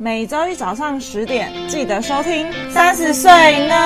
每周一早上10点记得收听30岁呢。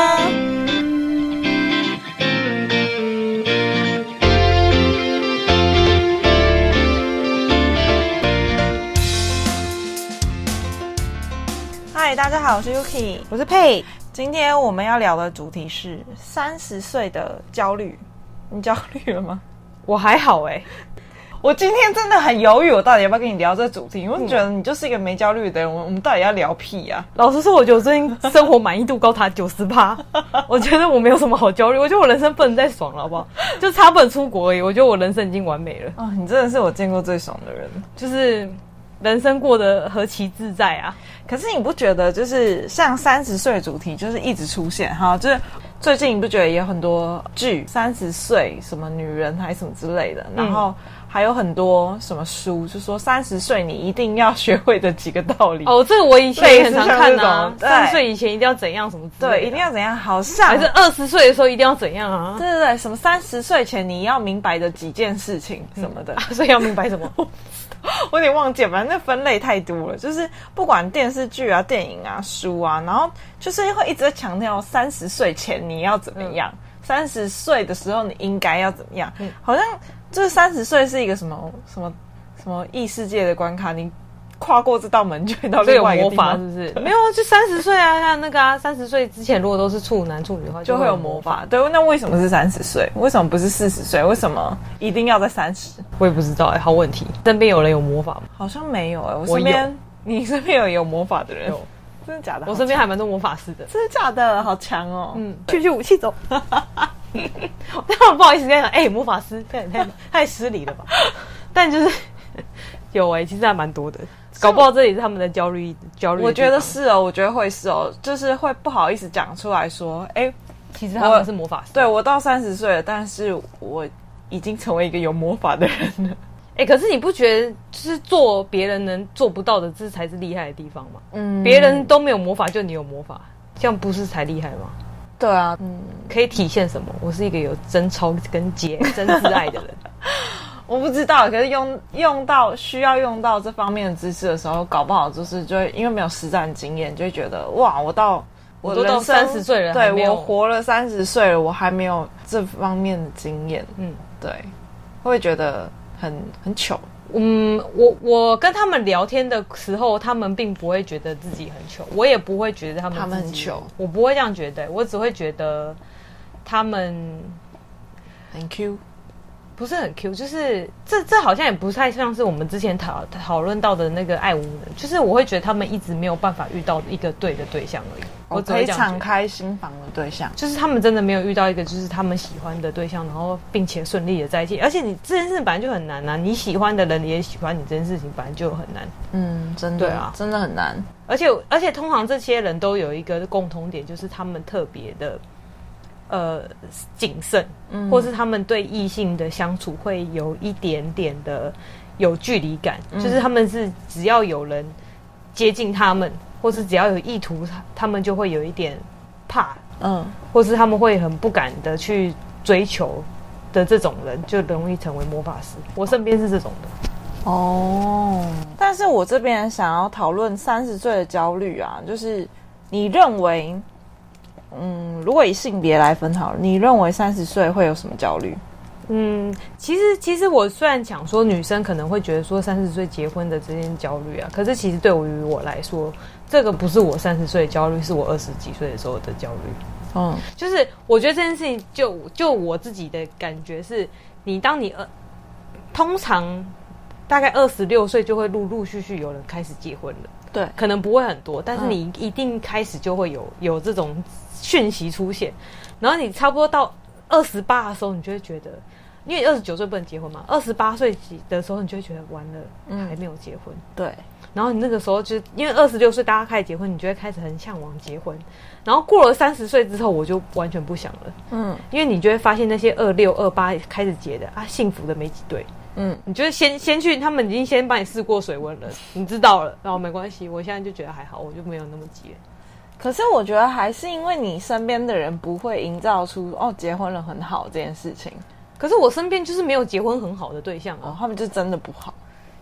嗨，大家好，我是 Yuki， 我是佩。 今天我们要聊的主题是30岁的焦虑。你焦虑了吗？ 我还好我今天真的很犹豫，我到底要不要跟你聊这个主题？因为我觉得你就是一个没焦虑的人，我们到底要聊屁啊？ 老实说，我觉得我最近生活满意度高达90%，我觉得我没有什么好焦虑，我觉得我人生不能再爽了，好不好？就差不能出国而已，我觉得我人生已经完美了。 哦，你真的是我见过最爽的人， 就是人生过得何其自在啊！ 可是你不觉得就是像30岁的主题就是一直出现哈？就是最近你不觉得也有很多剧30岁什么女人还是什么之类的，然后还有很多什么书就说30岁你一定要学会的几个道理。 哦，这个我以前也很常看啊，30岁以前一定要怎样什么之类的， 对，一定要怎样，好像还是20岁的时候一定要怎样啊？ 对对对，什么30岁前你要明白的几件事情什么的， 所以要明白什么？ 我有点忘记了，反正那分类太多了，就是不管电视剧啊、电影啊、书啊，然后就是会一直在强调30岁前你要怎么样，30岁的时候你应该要怎么样，好像就是30岁是一个什么异世界的关卡，你跨过这道门就会到另外一个地方， 是不是？没有，就30岁啊，像那个啊，30岁之前如果都是处男处女的话， 就会有魔法。对，那为什么是30岁？为什么不是40岁？为什么一定要在30？ 我也不知道好问题。身边有人有魔法吗？ 好像没有我身边，你身边有魔法的人？有，真的假的？ 我身边还蛮多魔法师的， 真的假的？好强哦！ 去武器走。但我不好意思跟你讲，魔法师太失礼了吧？但就是有其实还蛮多的。搞不好这也是他们的焦虑。 我觉得是我觉得会是就是会不好意思讲出来说， 其实他们是魔法师。 对，我到30岁了，但是我已经成为一个有魔法的人了。 可是你不觉得就是做别人能做不到的，这才是厉害的地方吗？别人都没有魔法，就你有魔法，这样不是才厉害吗？ 对啊， 可以体现什么？我是一个有贞操跟真挚爱的人。 我不知道，可是需要用到这方面的知识的时候，搞不好就会因为没有实战经验，就会觉得哇，我都到 30岁了， 对，我活了30岁了，我还没有这方面的经验。对，会觉得很糗。 我跟他们聊天的时候，他们并不会觉得自己很糗，我也不会觉得他们很糗， 我不会这样觉得，我只会觉得他们很 Q。 不是很 Q， 就是这好像也不太像是我们之前讨论到的那个爱无能，就是我会觉得他们一直没有办法遇到一个对的对象而已。我只会这样觉得， 敞开心房的对象， 就是他们真的没有遇到一个就是他们喜欢的对象，然后并且顺利的在一起。而且你这件事本来就很难啊，你喜欢的人也喜欢你这件事情本来就很难。 真的， 对啊， 真的很难。 而且通常这些人都有一个共同点，就是他们特别的谨慎，或是他们对异性的相处会有一点点的有距离感，就是他们是只要有人接近他们，或是只要有意图，他们就会有一点怕，或是他们会很不敢的去追求的这种人，就容易成为魔法师。我身边是这种的。 但是我这边想要讨论30岁的焦虑啊，就是你认为如果以性别来分好了，你认为30岁会有什么焦虑？ 其实我虽然讲说女生可能会觉得说30岁结婚的这件焦虑啊，可是其实对于我来说，这个不是我30岁的焦虑，是我20几岁的时候的焦虑。就是我觉得这件事情就我自己的感觉是，当你通常大概26岁就会陆陆续续有人开始结婚了。 对， 可能不会很多，但是你一定开始就会有这种讯息出现，然后你差不多到28的时候，你就会觉得，因为29岁不能结婚嘛，28岁的时候你就会觉得完了，还没有结婚。 对， 然后你那个时候就因为26岁大家开始结婚，你就会开始很向往结婚，然后过了30岁之后，我就完全不想了。因为你就会发现那些26、28开始结的幸福的没几对。你就先去，他们已经先帮你试过水温了，你知道了，然后没关系，我现在就觉得还好，我就没有那么急了。 可是我觉得还是因为你身边的人不会营造出结婚了很好这件事情。 可是我身边就是没有结婚很好的对象啊， 他们就真的不好。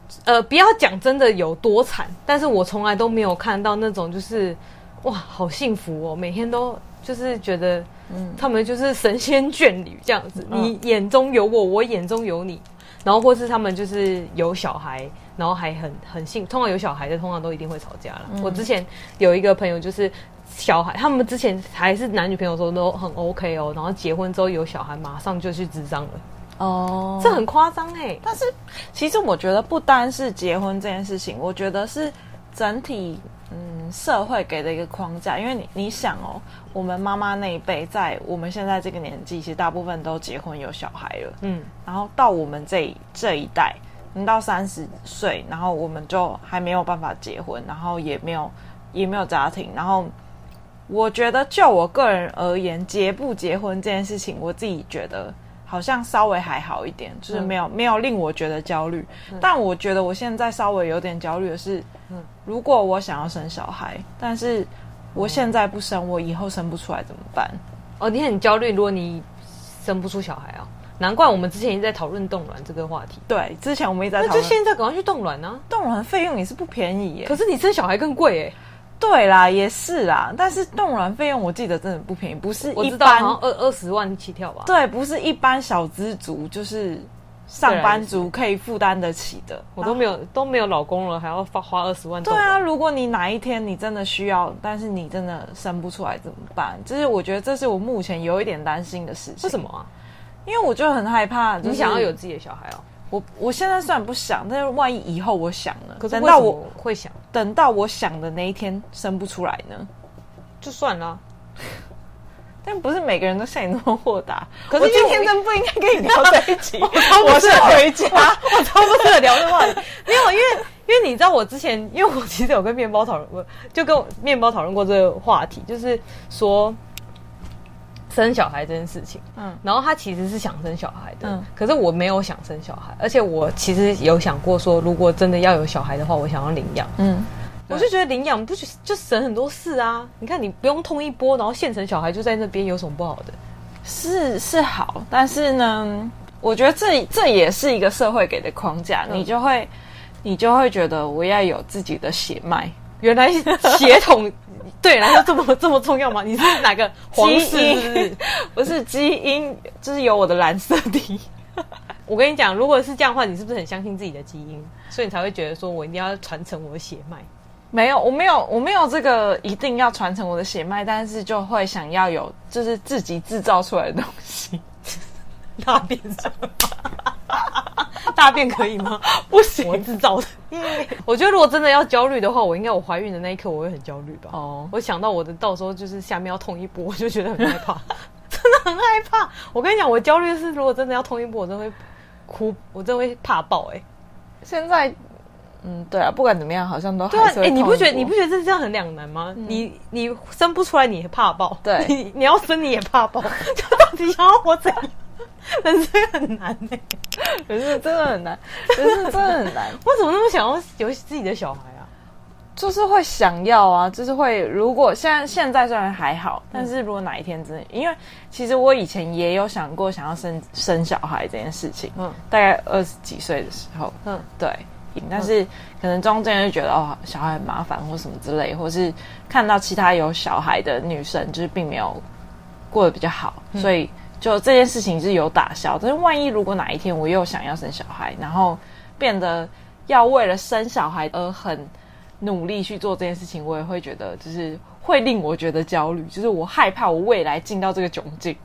不要讲真的有多惨，但是我从来都没有看到那种就是哇好幸福哦，每天都就是觉得他们就是神仙眷侣这样子，你眼中有我，我眼中有你，然后或是他们就是有小孩，然后还很幸，通常有小孩的通常都一定会吵架了。我之前有一个朋友就是小孩，他们之前还是男女朋友的时候都很 OK 哦，然后结婚之后有小孩马上就去咨商了。哦，这很夸张欸。 但是其实我觉得不单是结婚这件事情，我觉得是整体社会给的一个框架。因为你想哦，我们妈妈那一辈在我们现在这个年纪，其实大部分都结婚有小孩了。然后到我们这一代，到30岁，然后我们就还没有办法结婚，然后也没有家庭。然后我觉得就我个人而言，结不结婚这件事情，我自己觉得好像稍微还好一点，就是没有令我觉得焦虑。但我觉得我现在稍微有点焦虑的是，如果我想要生小孩，但是我现在不生，我以后生不出来怎么办？ 哦，你很焦虑，如果你生不出小孩啊，难怪我们之前一直在讨论冻卵这个话题。 对，之前我们一直在讨论， 那就现在赶快去冻卵啊！ 冻卵的费用也是不便宜耶。 可是你生小孩更贵耶。 对啦，也是啦，但是冻卵费用我记得真的不便宜，不是一般， 我知道好像20万起跳吧？ 对，不是一般小资族，就是上班族可以负担得起的。 我都没有老公了，还要花20万。 对啊，如果你哪一天你真的需要，但是你真的生不出来怎么办？就是我觉得这是我目前有一点担心的事情。 为什么啊？ 因为我就很害怕， 你想要有自己的小孩哦。 我现在虽然不想，但是万一以后我想了， 可是为什么会想？ 等到我想的那一天生不出来呢， 就算了。 但不是每个人都像你那么豁达。 可是我今天真不应该跟你聊这一集， 我是回家， 我超不适合聊这话题。没有，因为你知道我之前，因为我其实有跟面包讨论过，就跟面包讨论过这个话题，就是说生小孩这件事情，然后他其实是想生小孩的，可是我没有想生小孩，而且我其实有想过说，如果真的要有小孩的话，我想要领养，我就觉得领养不就省很多事啊？你看，你不用痛一波，然后现成小孩就在那边，有什么不好的？ 是好，但是呢，我觉得这也是一个社会给的框架，你就会觉得我要有自己的血脉， 原来血统。对，然后这么重要吗？你是哪个皇室？ 不是基因，就是有我的蓝色体。 我跟你讲，如果是这样的话，你是不是很相信自己的基因？所以你才会觉得说我一定要传承我的血脉？ 没有，我没有这个一定要传承我的血脉，但是就会想要有就是自己制造出来的东西。 大便什么？大便可以吗？ 不行， 我制造的。我觉得如果真的要焦虑的话，我怀孕的那一刻我会很焦虑吧。我想到我的到时候就是下面要痛一波，我就觉得很害怕，真的很害怕。我跟你讲，我焦虑的是如果真的要痛一波，我真的会哭，我真的会怕爆。 现在对啊，不管怎么样，好像都还是会痛一波。 你不觉得这样很两难吗？你生不出来你也怕爆， 对， 你要生你也怕爆，就到底想要我怎样？人生很难人生真的很难，人生真的很难。 为什么那么想要有自己的小孩啊？ 就是会想要啊，就是会。如果现在虽然还好，但是如果哪一天真的，因为其实我以前也有想过想要生小孩这件事情，大概20几岁的时候，对。但是可能中间就觉得小孩很麻烦或什么之类，或是看到其他有小孩的女生就是并没有过得比较好，所以就这件事情是有打消。但是万一如果哪一天我又想要生小孩，然后变得要为了生小孩而很努力去做这件事情，我也会觉得就是会令我觉得焦虑，就是我害怕我未来进到这个窘境。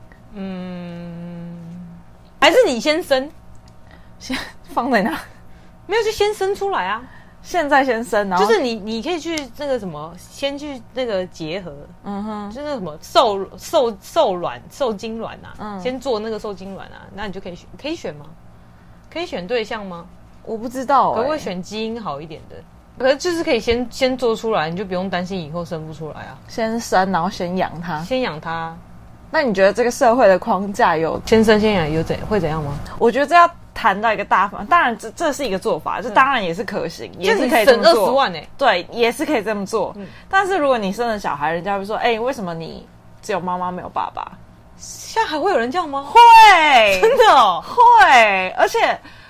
还是你先生， 先放在哪？ 没有，就先生出来啊！ 现在先生，然后就是你可以去那个什么，先去那个结合，就是什么受卵、受精卵啊，先做那个受精卵啊，那你就可以选吗？可以选对象吗？ 我不知道， 可不可以选基因好一点的？可是就是可以先做出来，你就不用担心以后生不出来啊。 先生，然后先养他， 那你觉得这个社会的框架有先生先养会怎样吗？ 我觉得这要谈到一个大方，当然这是一个做法，这当然也是可行，也是可以这么做。 省20万对，也是可以这么做。但是如果你生了小孩，人家会说，为什么你只有妈妈没有爸爸？ 现在还会有人这样吗？ 会， 真的哦， 会。而且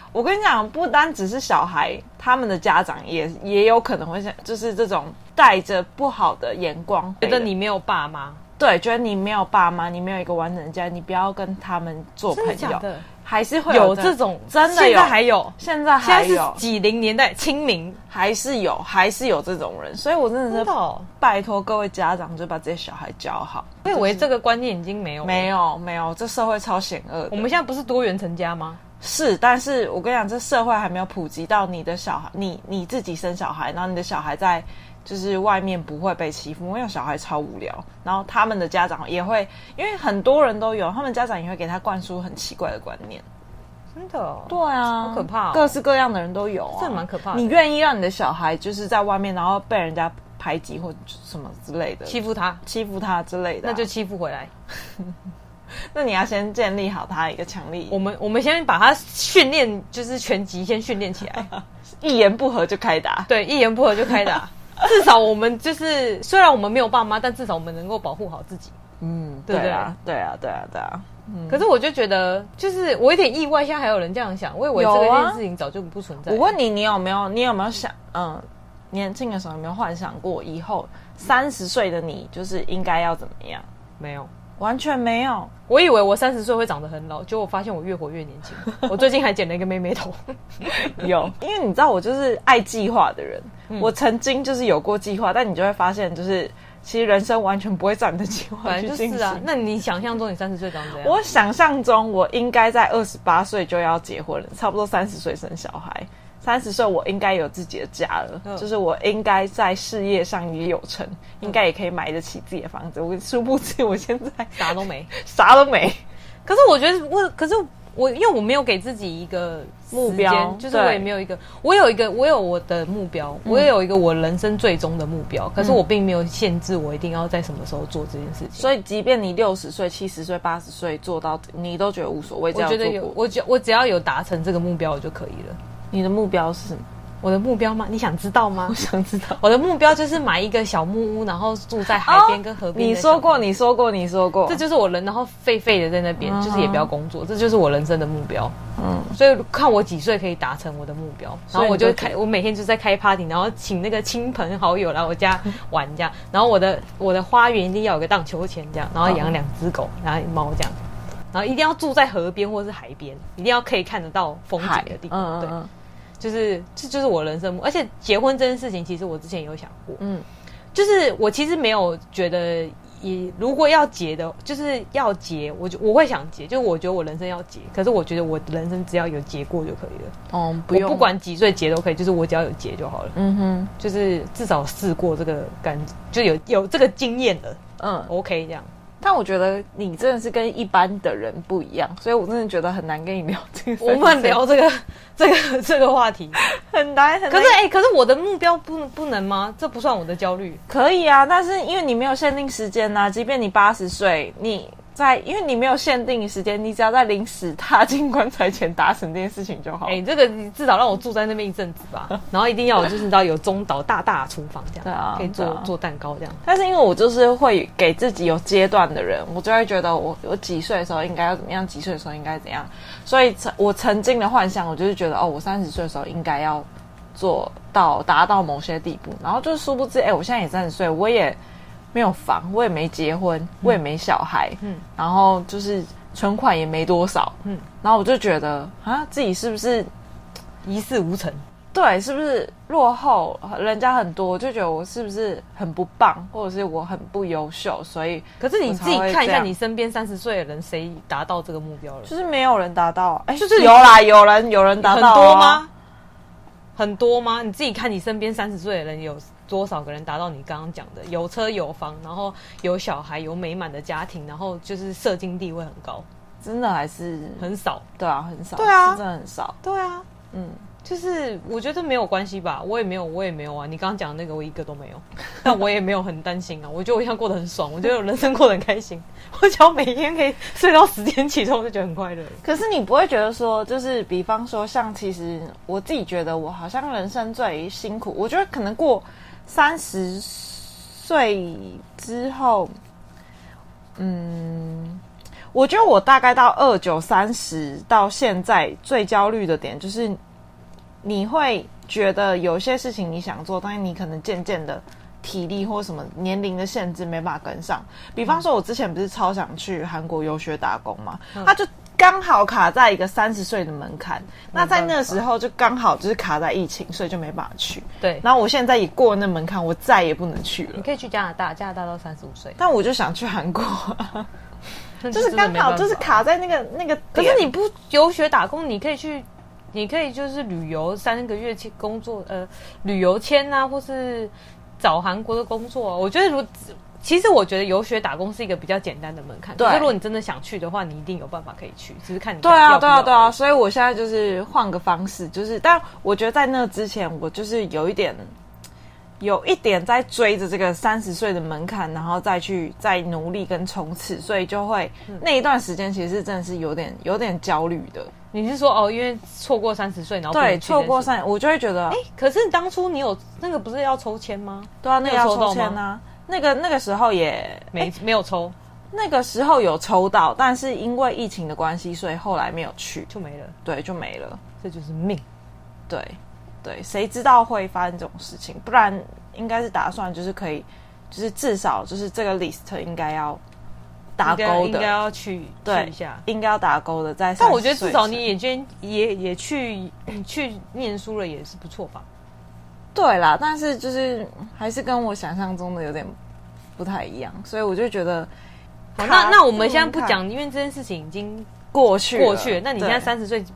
我跟你讲，不单只是小孩，他们的家长也有可能会像，就是这种带着不好的眼光， 觉得你没有爸妈， 对，觉得你没有爸妈，你没有一个完整的家，你不要跟他们做朋友。 真的假的？ 还是会有这种， 真的有， 现在还有， 现在还有， 现在是90年代清明还是有这种人，所以我真的是拜托各位家长，就把这些小孩教好。 我以为这个观念已经没有了， 没有，这社会超险恶的。 我们现在不是多元成家吗？ 是，但是我跟你讲，这社会还没有普及到你的小孩，你自己生小孩，然后你的小孩在就是外面不会被欺负，因为小孩超无聊，然后他们的家长也会，因为很多人都有，他们家长也会给他灌输很奇怪的观念。 真的哦？ 对啊， 好可怕哦， 各式各样的人都有啊， 这蛮可怕的。 你愿意让你的小孩就是在外面，然后被人家排挤或什么之类的， 欺负他之类的， 那就欺负回来。 那你要先建立好他一个强力， 我们先把他训练，就是拳击先训练起来， 一言不合就开打。 对，一言不合就开打。至少我们就是虽然我们没有爸妈，但至少我们能够保护好自己。对不对？ 对啊。 可是我就觉得，就是我有点意外，现在还有人这样想。我以为这件事情早就不存在。 我问你，你有没有想，年轻的时候有没有幻想过以后30岁的你就是应该要怎么样？ 没有， 完全没有。 我以为我30岁会长得很老，结果我发现我越活越年轻。我最近还剪了一个妹妹头。 有，因为你知道我就是爱计划的人，我曾经就是有过计划，但你就会发现就是。其实人生完全不会照你的计划去进行。 就是啊，那你想象中你30岁长怎样？ 我想象中我应该在28岁就要结婚了，差不多30岁生小孩，30岁我应该有自己的家了，就是我应该在事业上也有成，应该也可以买得起自己的房子。我殊不知我现在啥都没。 可是我觉得我因为我没有给自己一个目标， 就是我也没有一个，我有我的目标，我也有一个我人生最终的目标，可是我并没有限制我一定要在什么时候做这件事情。 所以即便你60岁、70岁、80岁做到，你都觉得无所谓。 我觉得我只要有达成这个目标我就可以了。 你的目标是什么？ 我的目标吗？你想知道吗？ 我想知道。 我的目标就是买一个小木屋，然后住在海边跟河边。 你说过。 这就是我人，然后废的在那边，就是也不要工作，这就是我人生的目标。所以看我几岁可以达成我的目标，然后我每天就在开 party， 然后请那个亲朋好友来我家玩这样，然后我的花园一定要有个荡秋千这样，然后养2只狗，然后猫这样，然后一定要住在河边或是海边，一定要可以看得到风景的地方。对。这就是我人生，而且结婚这件事情，其实我之前有想过，就是我其实没有觉得，如果要结的，就是要结，我会想结，就是我觉得我人生要结，可是我觉得我的人生只要有结过就可以了，不用，我不管几岁结都可以，就是我只要有结就好了，就是至少试过这个就有这个经验了，OK 这样。 但我觉得你真的是跟一般的人不一样，所以我真的觉得很难跟你聊这个。 我们聊这个话题很难。 可是我的目标不能吗？这不算我的焦虑。 可以啊，但是因为你没有限定时间啊，即便你80岁，因为你没有限定时间，你只要在临死踏进棺材前达成这件事情就好。 这个你至少让我住在那边一阵子吧，然后一定要就是你知道有中岛大厨房这样，对啊，可以做蛋糕这样。 但是因为我就是会给自己有阶段的人，我就会觉得我几岁的时候应该要怎么样，几岁的时候应该怎样。所以我曾经的幻想，我就是觉得我30岁的时候应该要达到某些地步，然后就是殊不知，我现在也30岁，我也没有房，我也没结婚，我也没小孩，然后就是存款也没多少，然后我就觉得自己是不是一事无成？ 对，是不是落后人家很多？我就觉得我是不是很不棒，或者是我很不优秀？所以， 可是你自己看一下，你身边30岁的人，谁达到这个目标了？ 就是没有人达到，就是有啦，有人达到， 很多吗？很多吗？你自己看你身边30岁的人有多少个人达到你刚刚讲的有车有房，然后有小孩，有美满的家庭，然后就是社经地位很高？ 真的还是很少。 对啊，很少。 对啊， 真的很少。 对啊，就是我觉得没有关系吧，我也没有啊。你刚刚讲的那个我一个都没有，但我也没有很担心啊。我觉得我现在过得很爽，我觉得我人生过得很开心。我只要每天可以睡到10点起床，我就觉得很快乐。 可是你不会觉得说，就是比方说，像其实我自己觉得我好像人生最辛苦，我觉得可能过30岁之后， 我觉得我大概到29、30到现在最焦虑的点就是，你会觉得有些事情你想做，但是你可能渐渐的体力或什么年龄的限制没办法跟上。比方说，我之前不是超想去韩国游学打工嘛，他就刚好卡在一个30岁的门槛，那在那个时候就刚好就是卡在疫情，所以就没办法去。 对， 然后我现在也过了那门槛，我再也不能去了。 你可以去加拿大，加拿大到35岁， 但我就想去韩国。就是刚好就是卡在那个点。 可是你不游学打工，你可以就是旅游3个月去工作，旅游签啊，或是找韩国的工作。我觉得其实我觉得游学打工是一个比较简单的门槛。可是如果你真的想去的话，你一定有办法可以去，只是看你对啊。所以我现在就是换个方式，就是但我觉得在那之前，我就是有一点在追着这个30岁的门槛，然后再努力跟冲刺，所以就会那一段时间其实真的是有点焦虑的。 你是说因为错过30岁，然后对错过我就会觉得， 可是当初你有那个不是要抽签吗？ 对啊，那个要抽签啊，那个时候也没有抽， 那个时候有抽到，但是因为疫情的关系，所以后来没有去， 就没了。 对，就没了， 这就是命。 对，谁知道会发生这种事情？不然应该是打算就是可以，就是至少就是这个 list 应该要打勾的， 应该要去一下， 应该要打勾的。 但我觉得至少你也去念书了，也是不错吧？ 对啦，但是就是还是跟我想象中的有点不太一样，所以我就觉得， 好，那我们现在不讲，因为这件事情已经过去了。那你现在30岁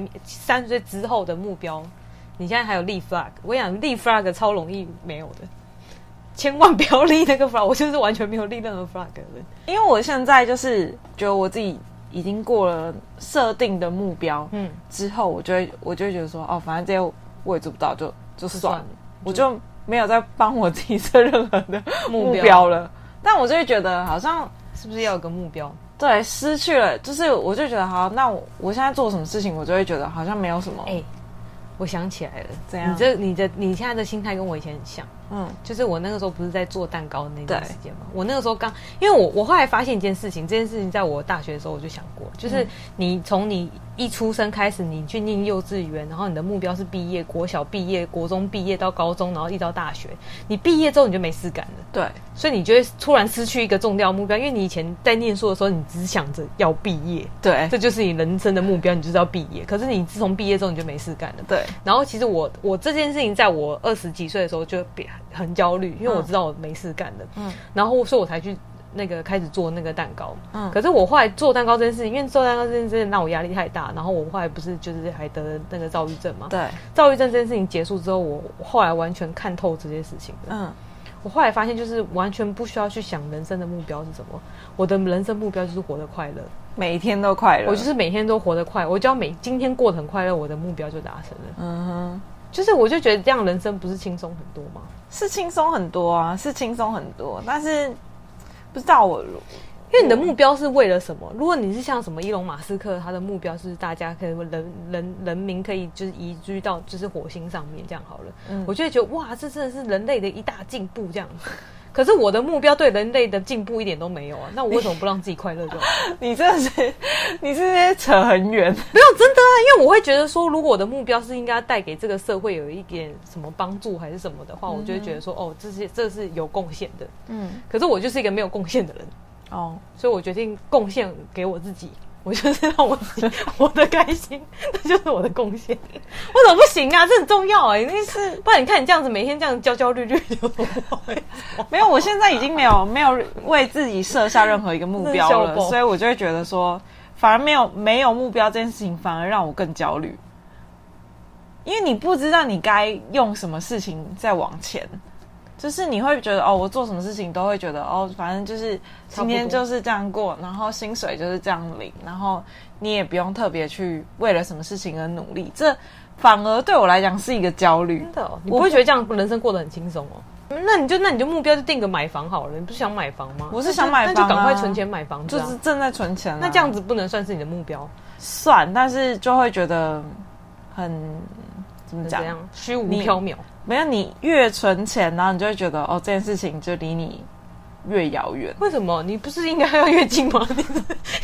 30岁之后的目标？你现在还有立 flag， 我想立 flag 超容易没有的，千万不要立那个 flag。我就是完全没有立任何 flag 的人， 因为我现在就是觉得我自己已经过了设定的目标，之后我就会觉得说，反正这些我也做不到，就算了，我就没有再帮我自己设任何的目标了。但我就会觉得好像是不是要有个目标？ 对，失去了，就是我就觉得好，那我现在做什么事情，我就会觉得好像没有什么。 我想起来了， 怎样？ 你现在的心态跟我以前很像，就是我那个时候不是在做蛋糕的那段时间吗？我那个时候因为我后来发现一件事情，这件事情在我大学的时候我就想过，就是你从你一出生开始，你去念幼稚园，然后你的目标是毕业，国小毕业，国中毕业到高中，然后一直到大学，你毕业之后你就没事干了， 对， 所以你就会突然失去一个重要目标，因为你以前在念书的时候，你只想着要毕业， 对， 这就是你人生的目标，你就是要毕业。可是你自从毕业之后，你就没事干了， 对。 然后其实我这件事情，在我20几岁的时候就很焦虑，因为我知道我没事干了，然后所以我才去开始做那个蛋糕，可是我后来做蛋糕这件事情，因为做蛋糕这件事情让我压力太大，然后我后来不是就是还得了那个躁郁症嘛， 对， 躁郁症这件事情结束之后，我后来完全看透这件事情了，我后来发现就是完全不需要去想人生的目标是什么，我的人生目标就是活得快乐， 每一天都快乐， 我就是每天都活得快，我只要今天过得很快乐，我的目标就达成了，就是我就觉得这样人生不是轻松很多吗？ 是轻松很多啊，是轻松很多，但是不知道因为你的目标是为了什么？如果你是像什么伊隆马斯克，他的目标是大家可以人民可以就是移居到就是火星上面这样好了，我就会觉得哇，这真的是人类的一大进步这样子。可是我的目标对人类的进步一点都没有啊，那我为什么不让自己快乐就好？ 你真的是，你是扯很远。 没有真的啊，因为我会觉得说，如果我的目标是应该带给这个社会有一点什么帮助还是什么的话，我就会觉得说，这是有贡献的。可是我就是一个没有贡献的人，所以我决定贡献给我自己。我就是让我自己活得开心，那就是我的贡献。为什么不行啊？这很重要啊！一定是，不然你看你这样子每天这样焦焦虑虑有多好？ 没有，我现在已经没有为自己设下任何一个目标了，所以我就会觉得说，反而没有目标这件事情，反而让我更焦虑，因为你不知道你该用什么事情再往前。就是你会觉得我做什么事情都会觉得反正就是今天就是这样过，然后薪水就是这样领，然后你也不用特别去为了什么事情而努力，这反而对我来讲是一个焦虑。 真的你不会觉得这样人生过得很轻松哦？那你就目标就定个买房好了，你不是想买房吗？ 我是想买房， 那就赶快存钱买房子， 就是正在存钱。 那这样子不能算是你的目标？ 算，但是就会觉得很怎么讲， 虚无缥缈。 没有，你越存钱，然后你就会觉得这件事情就离你越遥远。 为什么？你不是应该要越近吗？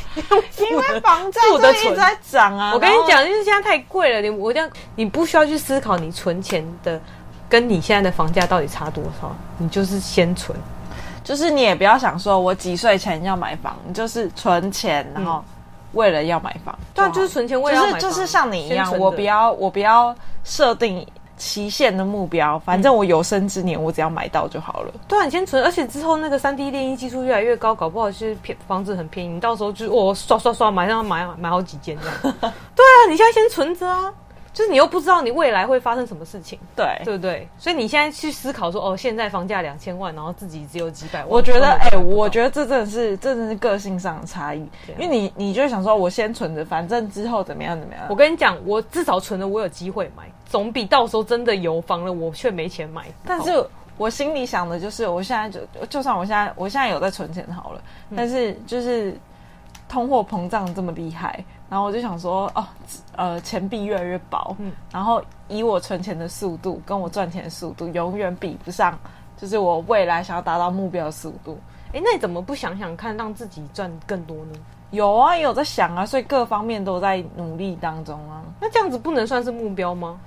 因为房价就一直在涨啊。 我跟你讲，就是现在太贵了，你不需要去思考你存钱的跟你现在的房价到底差多少，你就是先存。 就是你也不要想说我几岁前要买房，你就是存钱，然后为了要买房。 对啊，就是存钱为了要买房。 就是像你一样，我不要设定期限的目标，反正我有生之年我只要买到就好了。 对啊，你先存，而且之后那个3D 列印技术越来越高，搞不好就是房子很便宜，你到时候就刷买好几间这样。对啊，你现在先存着啊。就是你又不知道你未来会发生什么事情，对不对？所以你现在去思考说，现在房价2000万，然后自己只有几百万， 我觉得，我觉得这真的是个性上的差异，因为你就会想说，我先存着，反正之后怎么样。 我跟你讲，我至少存了，我有机会买，总比到时候真的有房了，我却没钱买。 但是我心里想的就是，我现在就算我现在有在存钱好了，但是就是通货膨胀这么厉害。然后我就想说，钱币越来越薄，然后以我存钱的速度跟我赚钱的速度，永远比不上，就是我未来想要达到目标的速度。 那你怎么不想想看，让自己赚更多呢？ 有啊，也有在想啊，所以各方面都在努力当中啊。 那这样子不能算是目标吗？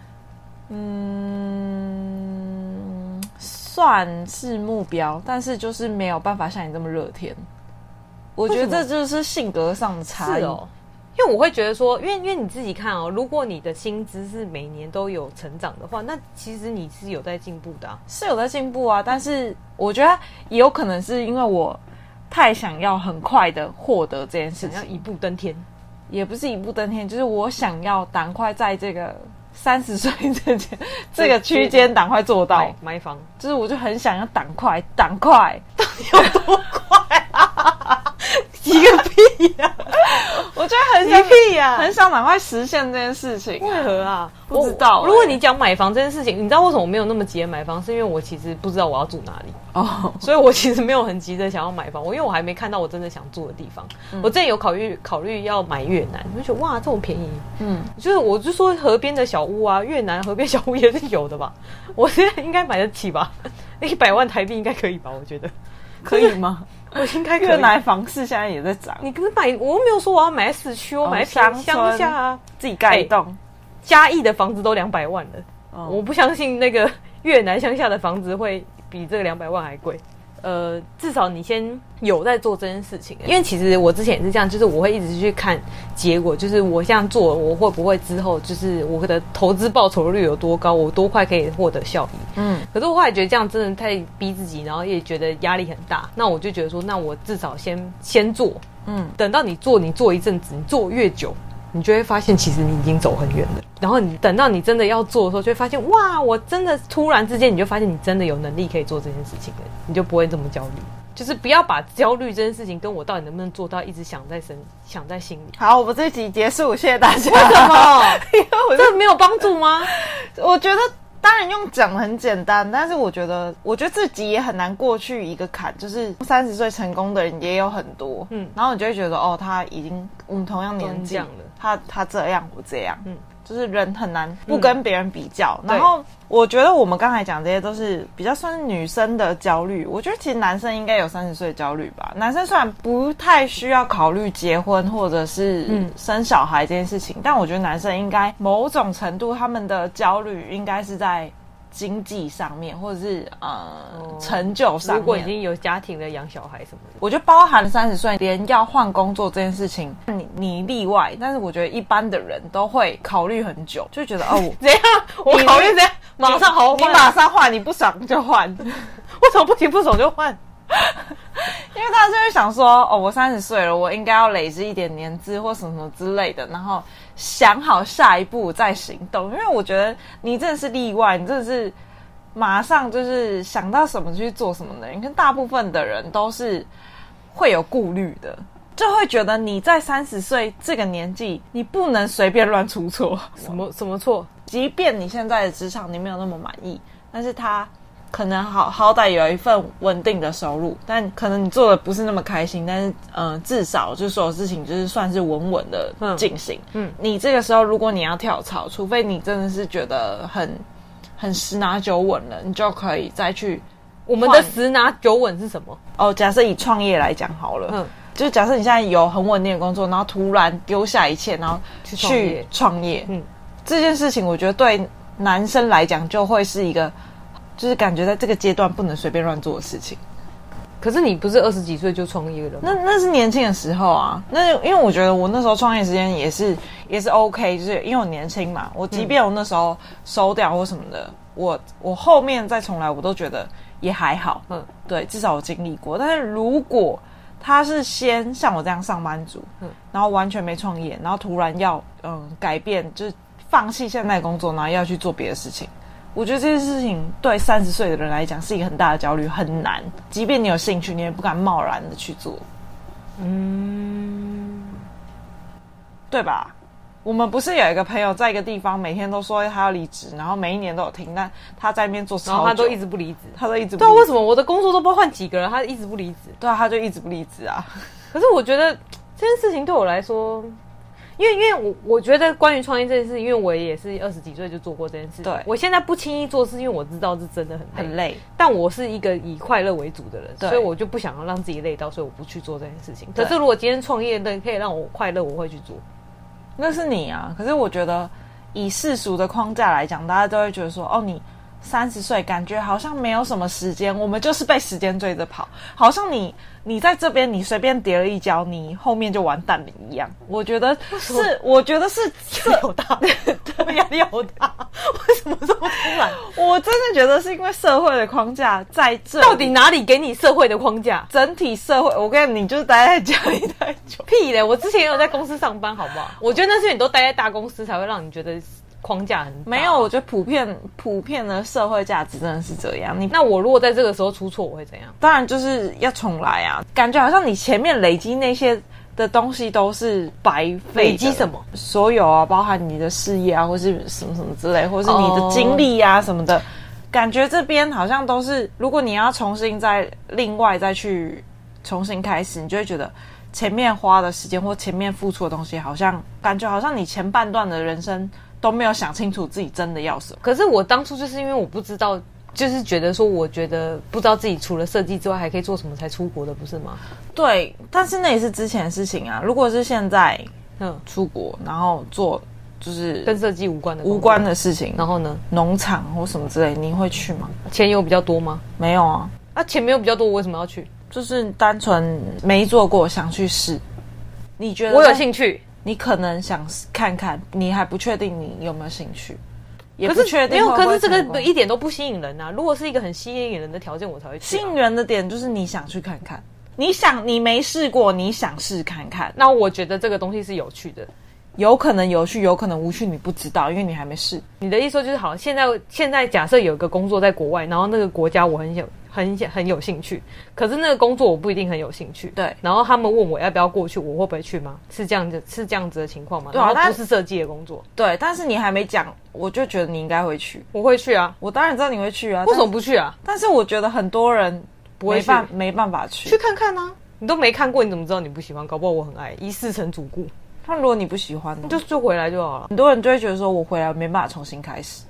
算是目标，但是就是没有办法像你这么热天。我觉得这就是性格上的差异。 因为我会觉得说，因为你自己看如果你的薪资是每年都有成长的话，那其实你是有在进步的是有在进步啊。但是我觉得也有可能是因为我太想要很快的获得这件事情， 想要一步登天， 也不是一步登天，就是我想要赶快在这个30岁这个区间赶快做到买房， 就是我就很想要赶快，到底有多快啊？ 一个屁呀！ 我觉得很想屁呀， 很想赶快实现这件事情。 为何啊？ 不知道。 如果你讲买房这件事情，你知道为什么我没有那么急的买房？是因为我其实不知道我要住哪里所以我其实没有很急的想要买房。因为我还没看到我真的想住的地方。我之前有考虑要买越南，我就觉得哇，这么便宜。就是我就说河边的小屋啊，越南河边小屋也是有的吧？我现在应该买得起吧？100万台币应该可以吧？我觉得可以吗？ 我应该可以。 越南房市现在也在涨。 你跟买，我没有说我要买市区，我买乡下啊， 自己盖一栋。 嘉义的房子都200万了，我不相信那个越南乡下的房子会比这个200万还贵。至少你先有在做这件事情，因为其实我之前也是这样，就是我会一直去看结果，就是我这样做，我会不会之后就是我的投资报酬率有多高，我多快可以获得效益。可是我后来觉得这样真的太逼自己，然后也觉得压力很大。那我就觉得说，那我至少先做，等到你做一阵子，你做越久，你就会发现其实你已经走很远了。然后你等到你真的要做的时候，就会发现哇，我真的突然之间你就发现你真的有能力可以做这件事情了，你就不会这么焦虑。就是不要把焦虑这件事情跟我到底能不能做到一直想在心里。 好，我们这集结束，谢谢大家。 为什么？这没有帮助吗？ 我觉得当然用讲很简单，但是我觉得自己也很难过去一个坎，就是30岁成功的人也有很多，然后你就会觉得他已经我们同样年纪了，他这样我这样，就是人很难不跟别人比较。然后我觉得我们刚才讲这些都是比较算是女生的焦虑，我觉得其实男生应该有30岁焦虑吧。男生虽然不太需要考虑结婚或者是生小孩这件事情，但我觉得男生应该某种程度他们的焦虑应该是在经济上面，或者是成就上面。 如果已经有家庭了，养小孩什么的， 我觉得包含30岁连要换工作这件事情，你例外，但是我觉得一般的人都会考虑很久，就觉得怎样？我考虑怎样？马上好换， 你马上换，你不爽就换， 为什么不爽就换？ 因为大家就会想说，我30岁了，我应该要累积一点年资或什么之类的，然后想好下一步再行动。因为我觉得你真的是例外，你真的是马上就是想到什么去做什么的人，跟大部分的人都是会有顾虑的，就会觉得你在30岁这个年纪，你不能随便乱出错。 什么错？即便你现在的职场你没有那么满意，但是他可能好歹有一份稳定的收入，但可能你做的不是那么开心，但是至少就是所有事情就是算是稳稳的进行。你这个时候如果你要跳槽，除非你真的是觉得很十拿九稳了，你就可以再去。 我们的十拿九稳是什么？ 假设以创业来讲好了， 就是假设你现在有很稳定的工作，然后突然丢下一切，然后去创业，这件事情我觉得对男生来讲就会是一个，就是感觉在这个阶段不能随便乱做的事情。 可是你不是20几岁就创业了吗？ 那是年轻的时候啊。那因为我觉得我那时候创业时间也是 OK， 就是因为我年轻嘛，我即便我那时候收掉或什么的，我后面再重来，我都觉得也还好。对，至少我经历过。但是如果他是先像我这样上班族，然后完全没创业，然后突然要改变，就是放弃现在的工作，然后要去做别的事情。我觉得这件事情对30岁的人来讲是一个很大的焦虑，很难。即便你有兴趣，你也不敢贸然的去做，对吧？我们不是有一个朋友在一个地方每天都说他要离职，然后每一年都有停，但他在那边做超久， 然后他都一直不离职， 对啊， 为什么我的工作都不知道换几个人，他一直不离职？ 对啊，他就一直不离职啊。 可是我觉得这件事情对我来说。因为我觉得关于创业这件事，因为我也是20几岁就做过这件事情。 对， 我现在不轻易做，是因为我知道是真的很累。但我是一个以快乐为主的人，所以我就不想要让自己累到，所以我不去做这件事情。可是如果今天创业的可以让我快乐，我会去做。 那是你啊。可是我觉得以世俗的框架来讲，大家都会觉得说，你30岁感觉好像没有什么时间，我们就是被时间追着跑，好像你在这边你随便跌了一跤，你后面就完蛋了一样。我觉得是压力好大，对，压力好大。为什么这么突然？ 我真的觉得是因为社会的框架在这里。 到底哪里给你社会的框架？ 整体社会，我跟你就是待在家里太久。 屁嘞！我之前也有在公司上班，好不好？我觉得那是你都待在大公司才会让你觉得。框架很大。 没有，我觉得普遍的社会价值真的是这样。 那我如果在这个时候出错，我会怎样？ 当然就是要重来啊！感觉好像你前面累积那些的东西都是白费的。 累积什么？ 所有啊，包含你的事业啊，或是什么什么之类，或是你的经历啊什么的。感觉这边好像都是，如果你要重新另外再去重新开始，你就会觉得前面花的时间或前面付出的东西，好像感觉好像你前半段的人生都没有想清楚自己真的要什么。 可是我当初就是因为我不知道，就是觉得说，我觉得不知道自己除了设计之外还可以做什么才出国的，不是吗？ 对，但是那也是之前的事情啊。如果是现在出国，然后做就是跟设计无关的事情， 然后呢， 农场或什么之类，你会去吗？ 钱有比较多吗？ 没有啊。 钱没有比较多，我为什么要去？ 就是单纯没做过，想去试。你觉得我有兴趣？ 你可能想看看，你还不确定你有没有兴趣，也不确定没有。可是这个一点都不吸引人啊！如果是一个很吸引人的条件，我才会去。 吸引人的点就是你想去看看，你没试过，你想试看看。 那我觉得这个东西是有趣的， 有可能有趣，有可能无趣，你不知道，因为你还没试。 你的意思说就是好，现在假设有一个工作在国外，然后那个国家我很有兴趣，可是那个工作我不一定很有兴趣。 对， 然后他们问我要不要过去，我会不会去吗？是这样子的情况吗？ 对啊， 然后不是设计的工作。对， 但是你还没讲，我就觉得你应该会去。 我会去啊， 我当然知道你会去啊， 为什么不去啊？ 但是我觉得很多人不会没办法去看看啊。你都没看过，你怎么知道你不喜欢？搞不好我很爱，一试成主顾。 那如果你不喜欢呢？ 就回来就好了。 很多人就会觉得说，我回来没办法重新开始。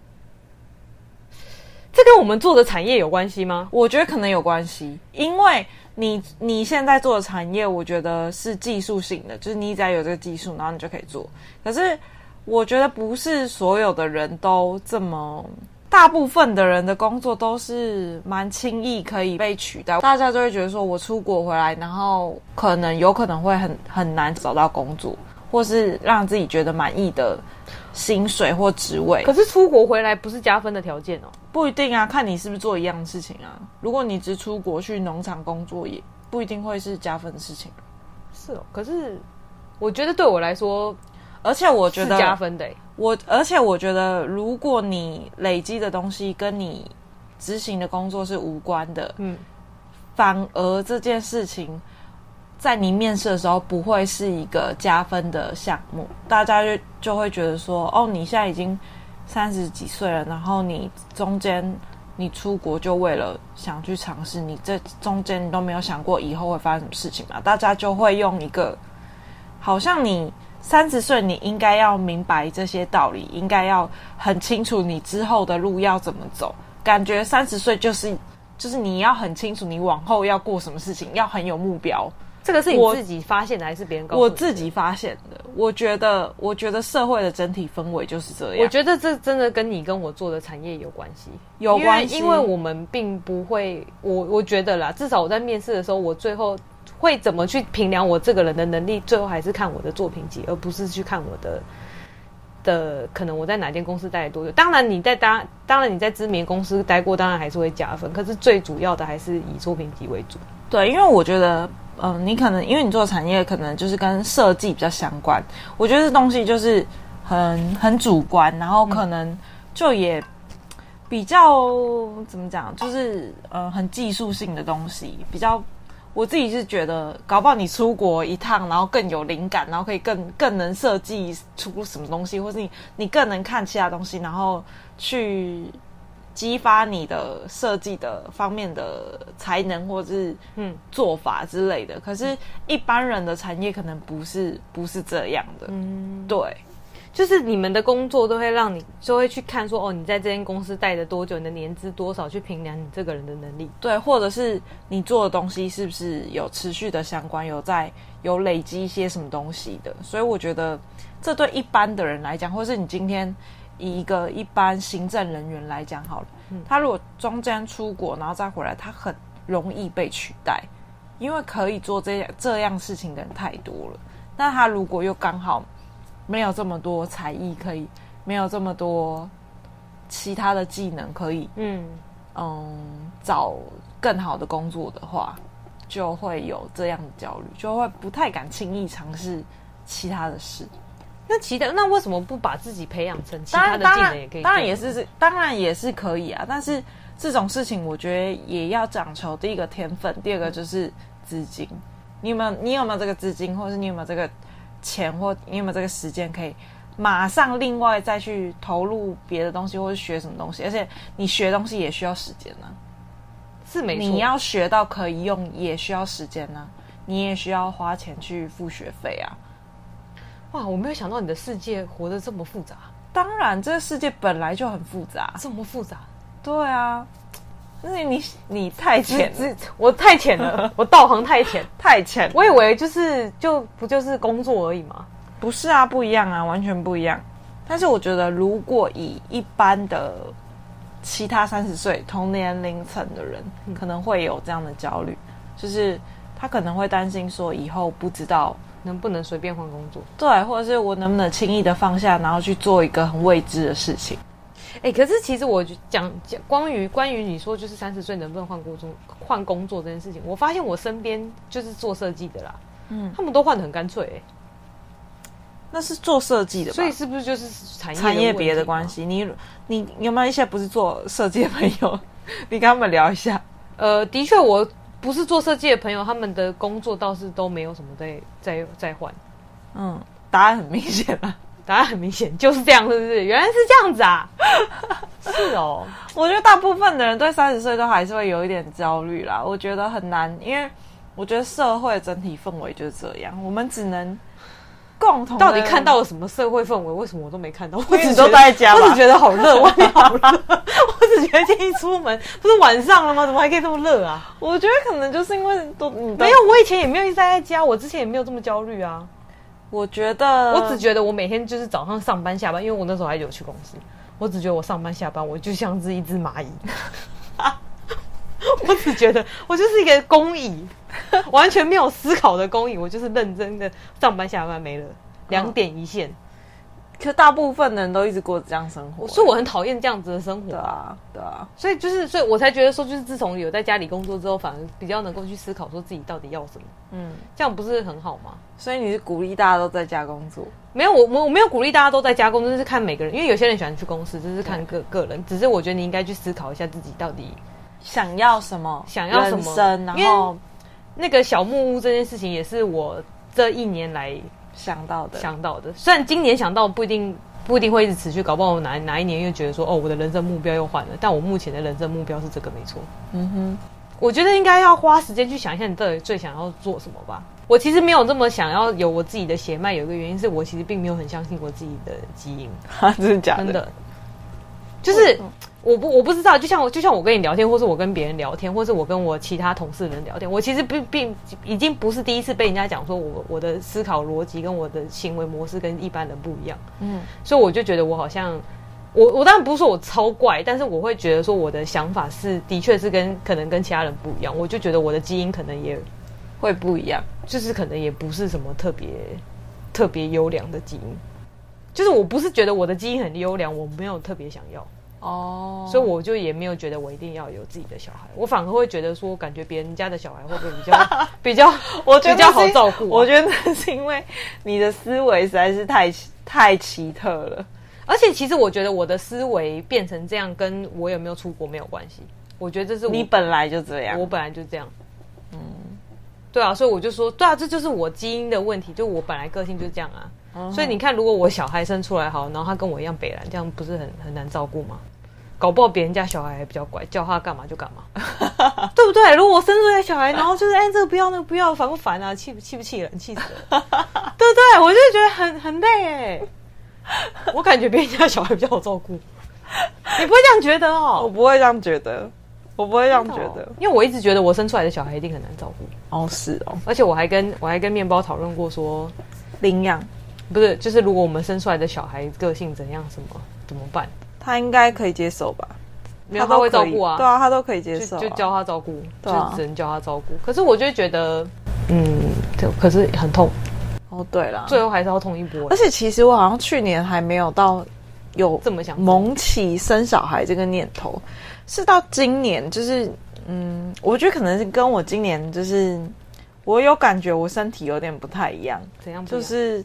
这跟我们做的产业有关系吗？ 我觉得可能有关系，因为你现在做的产业，我觉得是技术性的，就是你只要有这个技术，然后你就可以做。可是我觉得不是所有的人都这么，大部分的人的工作都是蛮轻易可以被取代。大家就会觉得说，我出国回来，然后有可能会很难找到工作，或是让自己觉得满意的薪水或职位。 可是出国回来不是加分的条件哦。 不一定啊，看你是不是做一样的事情啊。如果你只出国去农场工作，也不一定会是加分的事情。 是哦，可是我觉得对我来说， 而且我觉得是加分的。 而且我觉得，如果你累积的东西跟你执行的工作是无关的，反而这件事情在你面试的时候不会是一个加分的项目。大家就会觉得说，你现在已经30几岁了，然后你中间你出国就为了想去尝试，你这中间你都没有想过以后会发生什么事情嘛？大家就会用一个好像你30岁你应该要明白这些道理，应该要很清楚你之后的路要怎么走。感觉30岁就是你要很清楚你往后要过什么事情，要很有目标。 这个是你自己发现的还是别人告诉你的？ 我自己发现的。我觉得社会的整体氛围就是这样。 我觉得这真的跟你跟我做的产业有关系， 有关系， 因为我们并不会，我觉得啦，至少我在面试的时候，我最后会怎么去评量我这个人的能力，最后还是看我的作品集，而不是去看我的可能我在哪间公司待了多久。当然你在知名公司待过，当然还是会加分，可是最主要的还是以作品集为主。 对，因为我觉得你可能因为你做的产业可能就是跟设计比较相关，我觉得这东西就是很主观，然后可能就也比较怎么讲，就是很技术性的东西，比较我自己是觉得，搞不好你出国一趟，然后更有灵感，然后可以更能设计出什么东西，或是你更能看其他东西，然后去激发你的设计的方面的才能，或是做法之类的。可是，一般人的产业可能不是这样的。对， 就是你们的工作都会让你就会去看说，你在这间公司待了多久，你的年资多少，去评量你这个人的能力。对， 或者是你做的东西是不是有持续的相关，有累积一些什么东西的。所以我觉得这对一般的人来讲，或是你今天以一个一般行政人员来讲好了，他如果中间出国然后再回来，他很容易被取代，因为可以做这样事情的人太多了。那他如果又刚好没有这么多才艺可以，没有这么多其他的技能可以找更好的工作的话，就会有这样的焦虑，就会不太敢轻易尝试其他的事。 那为什么不把自己培养成其他的技能也可以？ 当然也是可以啊，但是这种事情我觉得也要讲求第一个天分，第二个就是资金。你有没有这个资金，或者是你有没有这个钱，或你有没有这个时间可以马上另外再去投入别的东西，或者学什么东西？而且你学东西也需要时间啊， 是没错。 你要学到可以用也需要时间啊，你也需要花钱去付学费啊。 哇，我没有想到你的世界活得这么复杂。 当然，这个世界本来就很复杂， 这么复杂。 对啊，因为你太浅了， 我太浅了，我道行太浅， 太浅。 我以为不就是工作而已吗？ 不是啊，不一样啊，完全不一样。但是我觉得，如果以一般的其他30岁同年龄层的人，可能会有这样的焦虑，就是他可能会担心说，以后不知道能不能随便换工作， 对，或者是我能不能轻易的放下，然后去做一个很未知的事情。 可是其实我讲关于你说就是30岁能不能换工作这件事情，我发现我身边就是做设计的啦，他们都换得很干脆。 那是做设计的吧， 所以是不是就是产业别的关系？你有没有一些不是做设计的朋友，你跟他们聊一下？ 的确，我不是做设计的朋友，他们的工作倒是都没有什么在换。 答案很明显啊。 答案很明显，就是这样，是不是？原来是这样子啊！是哦， 我觉得大部分的人对30岁都还是会有一点焦虑啦。我觉得很难，因为我觉得社会整体氛围就是这样，我们只能共同到底看到了什么社会氛围？为什么我都没看到？ 我只都待在家吧， 我只觉得好热，外面好热。我只觉得今天一出门，不是晚上了吗？怎么还可以这么热啊？ 我觉得可能就是因为没有，我以前也没有一直待在家，我之前也没有这么焦虑啊。我只觉得我每天就是早上上班下班，因为我那时候还有去公司，我只觉得我上班下班我就像是一只蚂蚁。我只觉得我就是一个工蚁，完全没有思考的工蚁，我就是认真的上班下班没了，2点一线。 可大部分人都一直过这样生活， 所以我很讨厌这样子的生活。 对啊， 所以我才觉得说，就是自从有在家里工作之后，反而比较能够去思考说自己到底要什么。这样不是很好吗？ 所以你是鼓励大家都在家工作？ 没有，我没有鼓励大家都在家工作，就是看每个人，因为有些人喜欢去公司，就是看个人。只是我觉得你应该去思考一下自己到底想要什么人生，然后那个小木屋这件事情也是我这1年来想到的。 虽然今年想到不一定会一直持续，搞不好我哪一年又觉得说我的人生目标又换了，但我目前的人生目标是这个没错。我觉得应该要花时间去想一下你到底最想要做什么吧。我其实没有这么想要有我自己的血脉，有一个原因是我其实并没有很相信我自己的基因。 真的假的？ 真的，就是我不知道，就像我跟你聊天，或是我跟别人聊天，或是我跟我其他同事的人聊天，我其实已经不是第一次被人家讲说我的思考逻辑跟我的行为模式跟一般人不一样。所以我就觉得我好像我当然不是说我超怪，但是我会觉得说我的想法是的确是可能跟其他人不一样，我就觉得我的基因可能也会不一样， 就是可能也不是什么特别优良的基因，就是我不是觉得我的基因很优良，我没有特别想要。所以我就也没有觉得我一定要有自己的小孩，我反而会觉得说，感觉别人家的小孩会不会比较好照顾我觉得那是因为你的思维实在是太奇特了， 而且其实我觉得我的思维变成这样，跟我有没有出国没有关系。我觉得这是你本来就这样， 我本来就这样。对啊，所以我就说，对啊，这就是我基因的问题，就我本来个性就是这样啊。所以你看，如果我小孩生出来好，然后他跟我一样北蓝，这样不是很难照顾吗？搞不好别人家小孩还比较乖，叫他干嘛就干嘛，对不对？如果我生出来小孩，然后就是这个不要那个不要，烦不烦啊？气不气人？气死了，对不对？我就觉得很累我感觉别人家小孩比较好照顾，你不会这样觉得哦？ 我不会这样觉得， 因为我一直觉得我生出来的小孩一定很难照顾。是哦， 而且我还跟面包讨论过说， 领养。 不是，就是如果我们生出来的小孩个性怎样，怎么办？ 他应该可以接受吧？ 他会照顾啊， 对啊，他都可以接受， 就教他照顾， 对啊， 就只能教他照顾。可是我就觉得，可是很痛。 对啦， 最后还是要痛一波。 而且其实我好像去年还没有到有这么想萌起生小孩这个念头，是到今年，就是我觉得可能是跟我今年就是我有感觉我身体有点不太一样， 怎样不一样？ 就是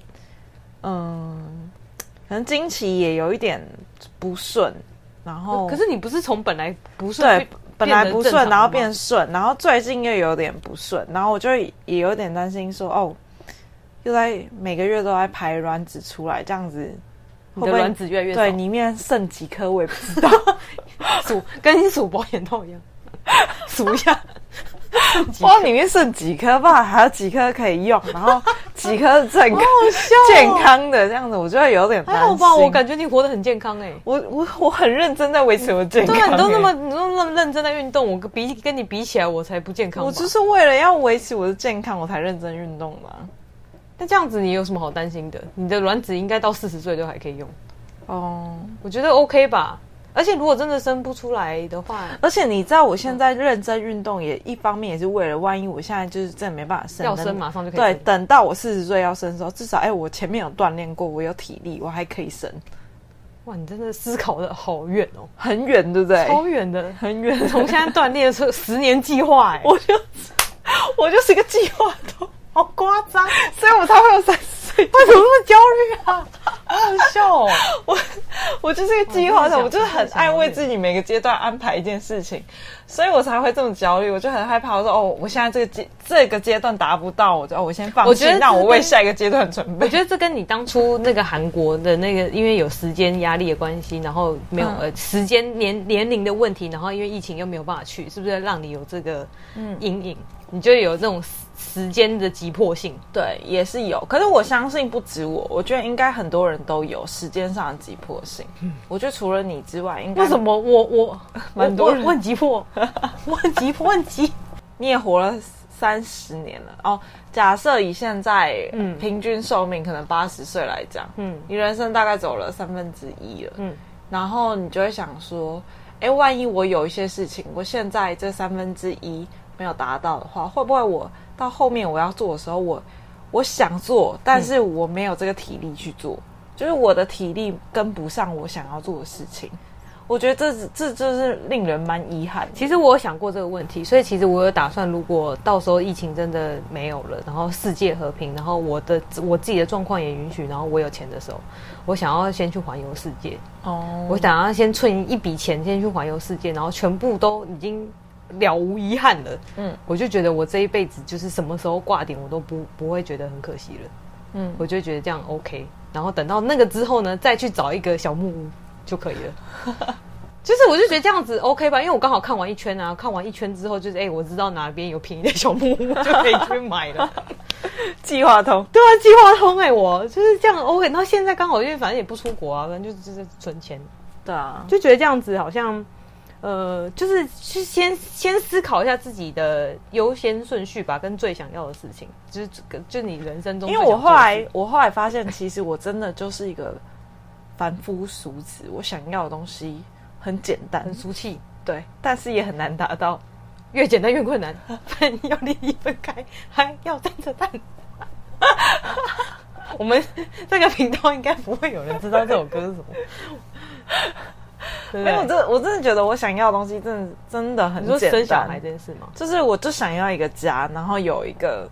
可能经期也有一点不顺，然后可是你不是从本来不顺对本来不顺，然后变顺，然后最近又有点不顺，然后我就也有点担心说又在每个月都在排卵子出来，这样子你的卵子越来越少， 对，里面剩几颗我也不知道， 跟你数保险套一样，数一下。 不知道里面剩几颗，不知道还有几颗可以用，然后几颗是健康的这样子，我就会有点担心。 还好吧，我感觉你活得很健康我很认真在维持我的健康。 对啊，你都那么认真在运动，我跟你比起来，我才不健康。 我就是为了要维持我的健康，我才认真运动嘛。 那这样子你有什么好担心的？你的卵子应该到40岁都还可以用。我觉得 OK 吧。而且如果真的生不出来的话， 而且你知道我现在认真运动也一方面也是为了万一我现在就是真的没办法生， 要生马上就可以生。对，等到我40岁要生的时候，至少我前面有锻炼过，我有体力，我还可以生。 哇，你真的思考的好远哦， 很远，对不对？ 超远的， 很远。 从现在锻炼是10年计划我就是一个计划头，好夸张，所以我才会有30岁。 为什么那么焦虑啊？好好笑哦！ 我就是一个计划头，我就是很爱为自己每个阶段安排一件事情，所以我才会这么焦虑。我就很害怕，我说我现在这个阶段达不到，我先放弃，让我为下一个阶段准备。 我觉得这跟你当初那个韩国的那个，因为有时间压力的关系，然后没有时间年龄的问题，然后因为疫情又没有办法去，是不是让你有这个阴影？你就有这种时间的急迫性。 对，也是有。可是我相信不止我觉得应该很多人都有时间上的急迫性。我觉得除了你之外，应该为什么我蛮多人我很急迫，我很急。 你也活了30年了假设以现在平均寿命可能80岁来讲，你人生大概走了1/3了，然后你就会想说，万一我有一些事情，我现在这1/3没有达到的话，会不会我到后面我要做的时候，我想做，但是我没有这个体力去做，就是我的体力跟不上我想要做的事情。我觉得这就是令人蛮遗憾的。 其实我有想过这个问题，所以其实我有打算，如果到时候疫情真的没有了，然后世界和平，然后我自己的状况也允许，然后我有钱的时候，我想要先去环游世界。我想要先存一笔钱，先去环游世界，然后全部都已经了无遗憾了。我就觉得我这一辈子就是什么时候挂点，我都不会觉得很可惜了。我就觉得这样 OK。然后等到那个之后呢，再去找一个小木屋就可以了。就是我就觉得这样子 OK 吧，因为我刚好看完一圈啊，看完一圈之后就是我知道哪边有便宜的小木屋就可以去买了。 计划通， 对啊，计划通我就是这样 OK。然后现在刚好因为反正也不出国啊，反正就是存钱。 对啊， 就觉得这样子好像。就是去先思考一下自己的优先顺序吧，跟最想要的事情，就你人生中最想做的事。 因为我后来发现，其实我真的就是一个凡夫俗子，我想要的东西很简单， 很俗气， 对，但是也很难达到， 越简单越困难，饭要粒粒分开，还要沾着蛋。我们这个频道应该不会有人知道这首歌是什么。 没有，我真的觉得我想要的东西真的很简单。 你说生小孩这件事吗？ 就是我就想要一个家，然后有一个，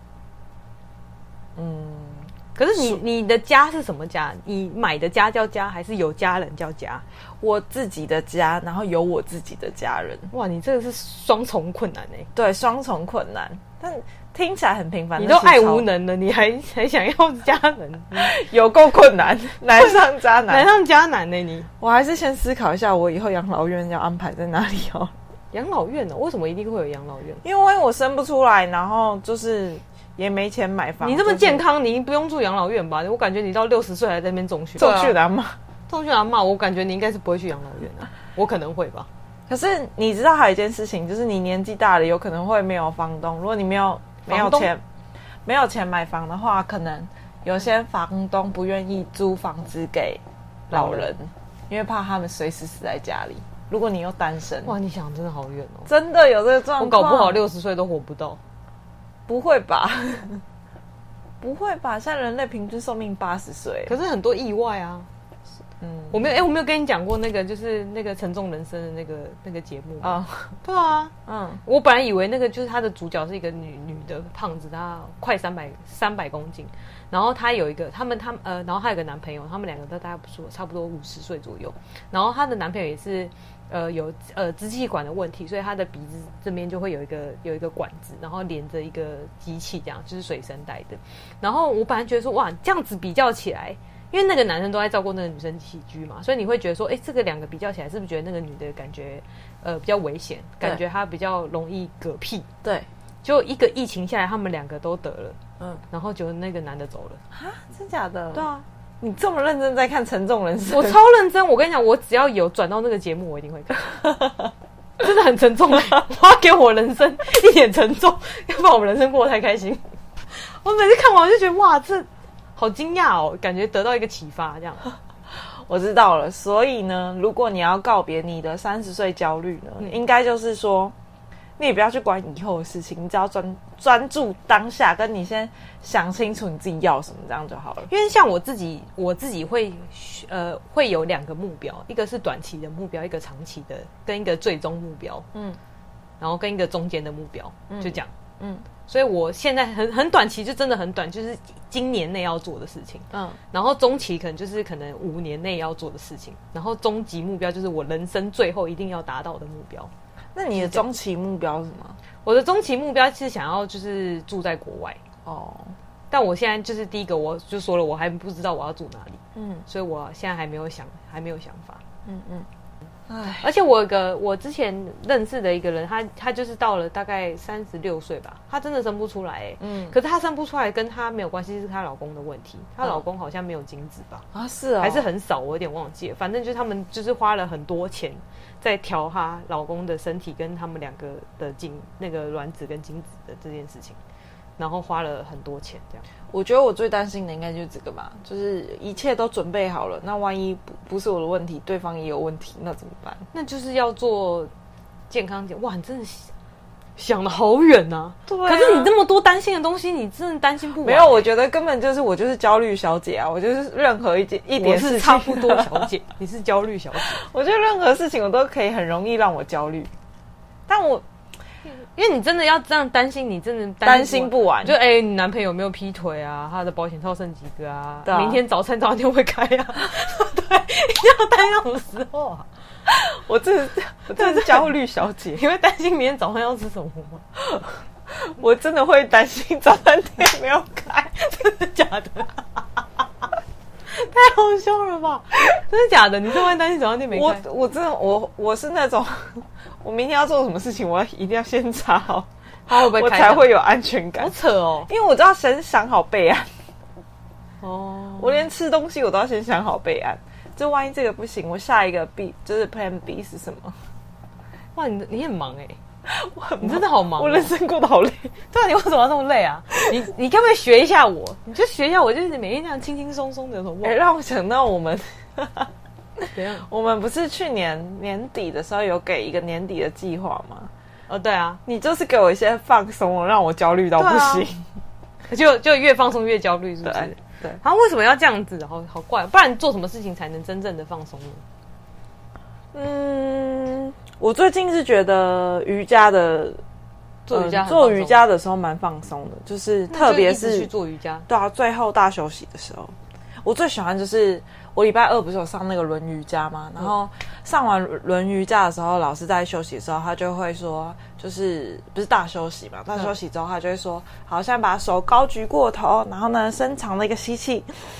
可是你的家是什么家？你买的家叫家，还是有家人叫家？ 我自己的家，然后有我自己的家人。 哇，你这个是双重困难欸。 对，双重困难，但听起来很平凡。 你都爱无能了，你还想要家人， 有够困难，难上加难， 难上加难呢。你， 我还是先思考一下，我以后养老院要安排在哪里哦。 养老院呢？为什么一定会有养老院？ 因为我生不出来，然后就是也没钱买房。 你这么健康，你不用住养老院吧？我感觉你到60岁还在那边重训。 重训啊嘛， 重训啊嘛，我感觉你应该是不会去养老院啊。我可能会吧。 可是你知道还有一件事情，就是你年纪大了，有可能会没有房东。如果你没有钱买房的话，可能有些房东不愿意租房子给老人，因为怕他们随时死在家里。如果你又单身， 哇，你想真的好远哦！ 真的有这个状况， 我搞不好60岁都活不到。 不会吧？不会吧？现在人类平均寿命80岁， 可是很多意外啊。我没有跟你讲过那个就是那个沉重人生的那个节目啊？对啊，我本来以为那个就是他的主角是一个女的胖子，她快300公斤，然后她有一个然后她有个男朋友，他们两个都大概差不多50岁左右，然后她的男朋友也是有支气管的问题，所以她的鼻子这边就会有一个管子，然后连着一个机器，这样就是水声带的。然后我本来觉得说哇，这样子比较起来。因为那个男生都在照顾那个女生起居嘛，所以你会觉得说，这个两个比较起来，是不是觉得那个女的感觉比较危险，感觉她比较容易嗝屁？对，就一个疫情下来，他们两个都得了，然后就那个男的走了。 啊，真假的？ 对啊， 你这么认真在看《沉重人生》？ 我超认真，我跟你讲，我只要有转到那个节目，我一定会看。真的很沉重，我要给我人生一点沉重，要不然我们人生过得太开心。我每次看完我就觉得哇，这。好惊讶哦，感觉得到一个启发，这样。 我知道了，所以呢，如果你要告别你的30岁焦虑呢，应该就是说，你也不要去管以后的事情，你只要专注当下，跟你先想清楚你自己要什么，这样就好了。 因为像我自己会有2个目标，一个是短期的目标，一个长期的，跟一个最终目标，然后跟一个中间的目标，就这样，所以我现在很短期，就真的很短，就是今年内要做的事情。然后中期可能5年内要做的事情，然后终极目标就是我人生最后一定要达到的目标。 那你的中期目标是什么？ 我的中期目标是想要就是住在国外但我现在就是第一个我就说了，我还不知道我要住哪里，所以我现在还没有想法。而且我之前认识的一个人，他就是到了大概36岁吧，他真的生不出来可是他生不出来跟他没有关系，是她老公的问题。她老公好像没有精子吧？ 是啊， 还是很少，我有点忘记了。反正就是他们就是花了很多钱在调她老公的身体跟他们2个的那个卵子跟精子的这件事情，然后花了很多钱这样。 我觉得我最担心的应该就是这个吧，就是一切都准备好了，那万一不是我的问题，对方也有问题，那怎么办？ 那就是要做健康检。哇，你真的想得好远啊！对啊，可是你那么多担心的东西，你真的担心不完。 没有，我觉得根本就是我就是焦虑小姐啊！我就是任何一点事情， 我是差不多小姐，你是焦虑小姐。 我觉得任何事情我都可以很容易让我焦虑，但因为你真的要这样担心，你真的担心不完。 就你男朋友有没有劈腿啊？他的保险套剩几个啊？明天早餐店会开啊？对，一定要担心那种时候啊！ 我真的是焦虑小姐。 你会担心明天早上要吃什么吗？ 我真的会担心早餐店没有开， 真的假的？太好笑了吧？真的假的？你是会担心早餐店没开？ 我真的我是那种，我明天要做什么事情，我一定要先查好， 他会不会开， 我才会有安全感。 好扯哦， 因为我都要先想好备案。 哦， 我连吃东西我都要先想好备案。 就万一这个不行，我下一个 B 就是 Plan B 是什么？ 哇，你很忙哎、 我很你真的好忙、 我人生过得好累。 对啊，你为什么要这么累啊？你该不会学一下我？你就学一下我，就是每天这样轻轻松松的， 让我想到我们怎样？ 我们不是去年年底的时候有给一个年底的计划吗？ 哦，对啊， 你就是给我一些放松，让我焦虑到不行。 就越放松越焦虑，是不是？ 对。 然后为什么要这样子？好怪，不然做什么事情才能真正的放松呢？ 我最近是觉得瑜伽的做瑜伽的时候蛮放松的，就是特别是去做瑜伽。 对啊，最后大休息的时候，我最喜欢就是我礼拜二不是有上那个轮瑜伽吗？然后上完轮瑜伽的时候，老师在休息的时候，他就会说，就是不是大休息嘛？大休息之后，他就会说，好，现在把手高举过头，然后呢，深长的一个吸气，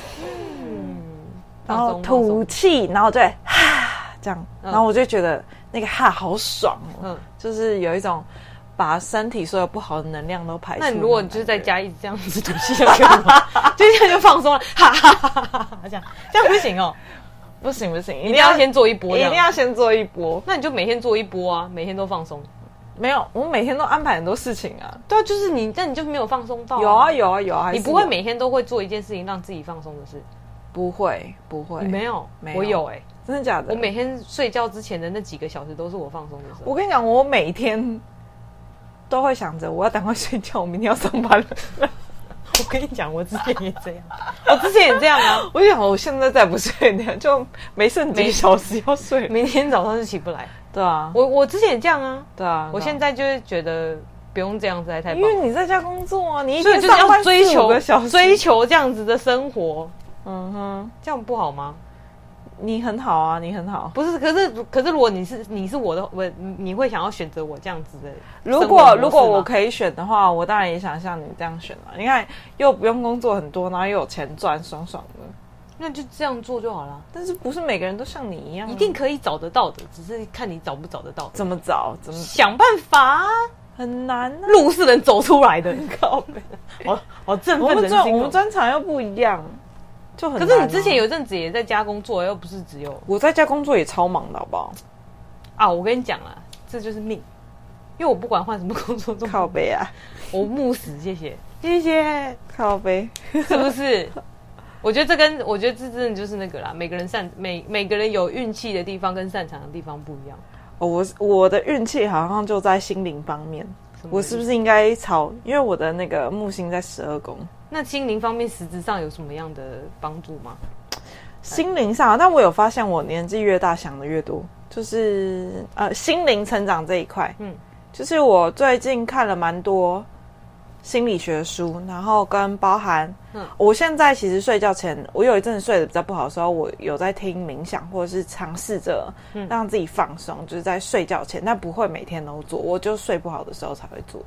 然后吐气，然后对，哈，这样，然后我就觉得那个哈好爽哦，就是有一种把身体所有不好的能量都排出。 那你如果你就是在家一直这样子吐气下去吗？就这样就放松了，哈哈哈哈哈，这样不行哦， 不行， 一定要先做一波， 一定要先做一波。 那你就每天做一波啊，每天都放松。 没有，我每天都安排很多事情啊。 对啊，就是你，但你就没有放松到。 有啊， 你不会每天都会做一件事情让自己放松的事？ 不会。 你没有，我有哎， 真的假的？ 我每天睡觉之前的那几个小时都是我放松的时候。 我跟你讲，我每天都会想着我要赶快睡觉，我明天要上班了。 我跟你讲，我之前也这样，我之前也这样啊。 我想我现在再不睡那样，就没剩几小时要睡， 明天早上就起不来。 对啊， 我之前也这样啊。 对啊， 我现在就是觉得不用这样子，还太棒。 因为你在家工作啊，你一天上班追求这样子的生活，这样不好吗？ 你很好啊，你很好。 不是，可是，如果你是我的，你会想要选择我这样子的？ 如果我可以选的话，我当然也想像你这样选了。你看，又不用工作很多，然后又有钱赚，爽爽的。 那就这样做就好了。 但是不是每个人都像你一样， 一定可以找得到的，只是看你找不找得到。 怎么找？ 想办法？ 很难啊。 路是人走出来的，靠北。好振奋人心。 我们专长又不一样。就很难啊。 可是你之前有阵子也在家工作，又不是只有我在家工作也超忙的，好不好？ 啊，我跟你讲啦，这就是命，因为我不管换什么工作都靠北啊， 我木死，谢谢靠北， 是不是？我觉得这真的就是那个啦，每个人有运气的地方跟擅长的地方不一样。 我的运气好像就在心灵方面，我是不是应该因为我的那个木星在12宫。 那心灵方面实质上有什么样的帮助吗？ 心灵上，但我有发现我年纪越大想的越多，就是心灵成长这一块，就是我最近看了蛮多心理学书，然后跟包含，我现在其实睡觉前，我有一阵子睡得比较不好的时候，我有在听冥想，或者是尝试着让自己放松，就是在睡觉前，但不会每天都做，我就睡不好的时候才会做，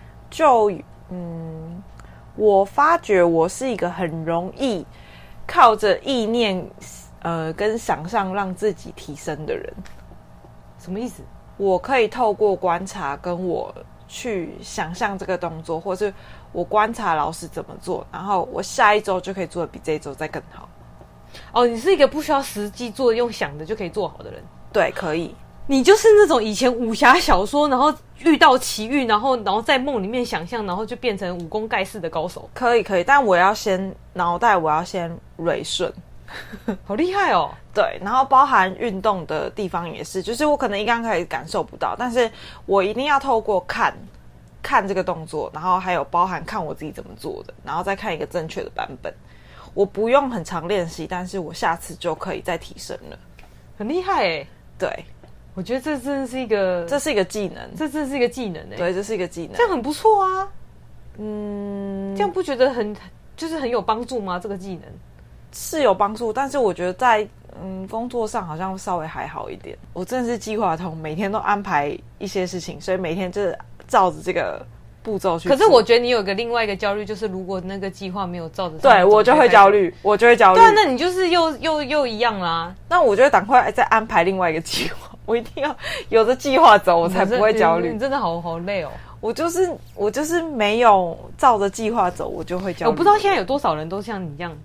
我发觉我是一个很容易靠着意念，跟想象让自己提升的人。 什么意思？我可以透过观察，跟我去想象这个动作，或是我观察老师怎么做，然后我下一周就可以做得比这一周再更好。 哦，你是一个不需要实际做，用想的就可以做好的人。 对，可以。 你就是那种以前武侠小说，然后遇到奇遇，然后在梦里面想象，然后就变成武功盖世的高手。 可以，但我要先脑袋，我要先蕊顺， 好厉害哦。 对，然后包含运动的地方也是，就是我可能一刚开始感受不到，但是我一定要透过看这个动作，然后还有包含看我自己怎么做的，然后再看一个正确的版本。我不用很常练习，但是我下次就可以再提升了， 很厉害耶。 对。 我觉得这真的是一个， 这是一个技能， 这真是一个技能对，这是一个技能， 这样很不错啊。这样不觉得就是很有帮助吗？这个技能是有帮助，但是我觉得在工作上好像稍微还好一点。我真的是计划通，每天都安排一些事情，所以每天就是照着这个步骤去做。 可是我觉得你有另外一个焦虑，就是如果那个计划没有照着， 对我就会焦虑，对啊，那你就是又一样啦。 那我就会赶快再安排另外一个计划。我一定要有着计划走，我才不会焦虑。 你真的好累哦！ 我就是没有照着计划走，我就会焦虑。 我不知道现在有多少人都像你这样子。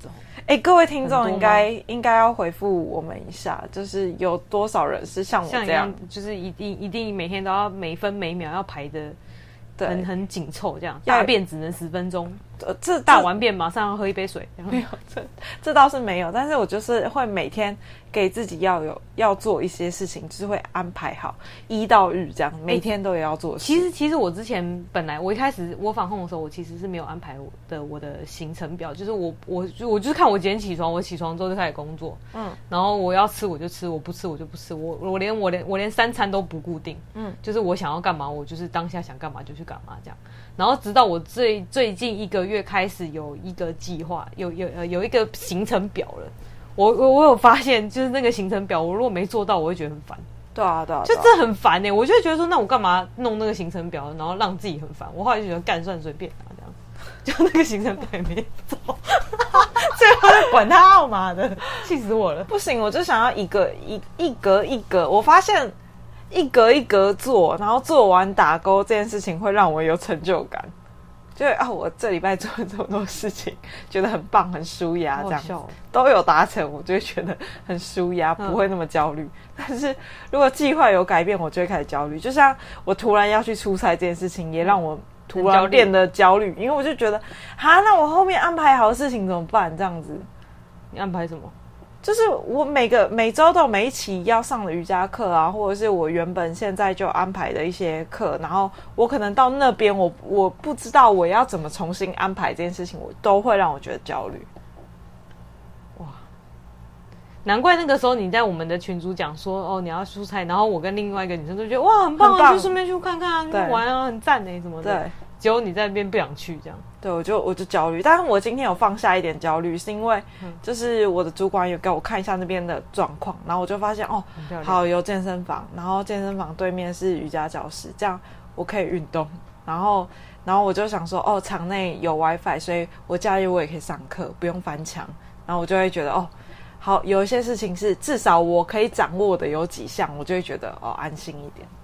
各位听众应该要回复我们一下，就是有多少人是像我这样， 就是一定每天都要每分每秒要排的很紧凑，这样大便只能10分钟，大完便马上要喝一杯水。 没有，这倒是没有，但是我就是会每天给自己要做一些事情，就是会安排好1到日这样，每天都有要做的事。 其实我之前本来我一开始我返 home 的时候，我其实是没有安排我的行程表，就是我就是看我几点起床，我起床之后就开始工作，然后我要吃我就吃，我不吃我就不吃，我连3餐都不固定，就是我想要干嘛，我就是当下想干嘛就去干嘛这样。然后直到我最近1个月开始有一个计划，有一个行程表了。我有发现，就是那个行程表，我如果没做到，我会觉得很烦。 对啊， 就这很烦欸。我就会觉得说，那我干嘛弄那个行程表，然后让自己很烦？我后来就觉得干算随便这样，就那个行程表也没做，最后就管他号码的，气死我了！ 不行，我就想要一格一格。我发现一格一格做，然后做完打勾这件事情会让我有成就感。就我这礼拜做了这么多事情，觉得很棒，很舒压，这样子都有达成，我就会觉得很舒压，不会那么焦虑。但是如果计划有改变，我就会开始焦虑。就像我突然要去出差这件事情，也让我突然变得焦虑，因为我就觉得，那我后面安排好的事情怎么办？这样子， 你安排什么？ 就是我每周都有每一期要上的瑜伽课啊，或者是我原本现在就安排的一些课，然后我可能到那边我不知道我要怎么重新安排这件事情，我都会让我觉得焦虑。 哇，难怪那个时候你在我们的群组讲说你要出差，然后我跟另外一个女生都觉得哇很棒啊，就顺便去看看啊，去玩啊，很赞什么的。对，结果你在那边不想去这样。 对，我就焦虑，但是我今天有放下一点焦虑，是因为就是我的主管有给我看一下那边的状况，然后我就发现好有健身房，然后健身房对面是瑜伽教室，这样我可以运动，然后我就想说场内有 WiFi， 所以我假日我也可以上课，不用翻墙，然后我就会觉得好，有一些事情是至少我可以掌握的有几项，我就会觉得安心一点。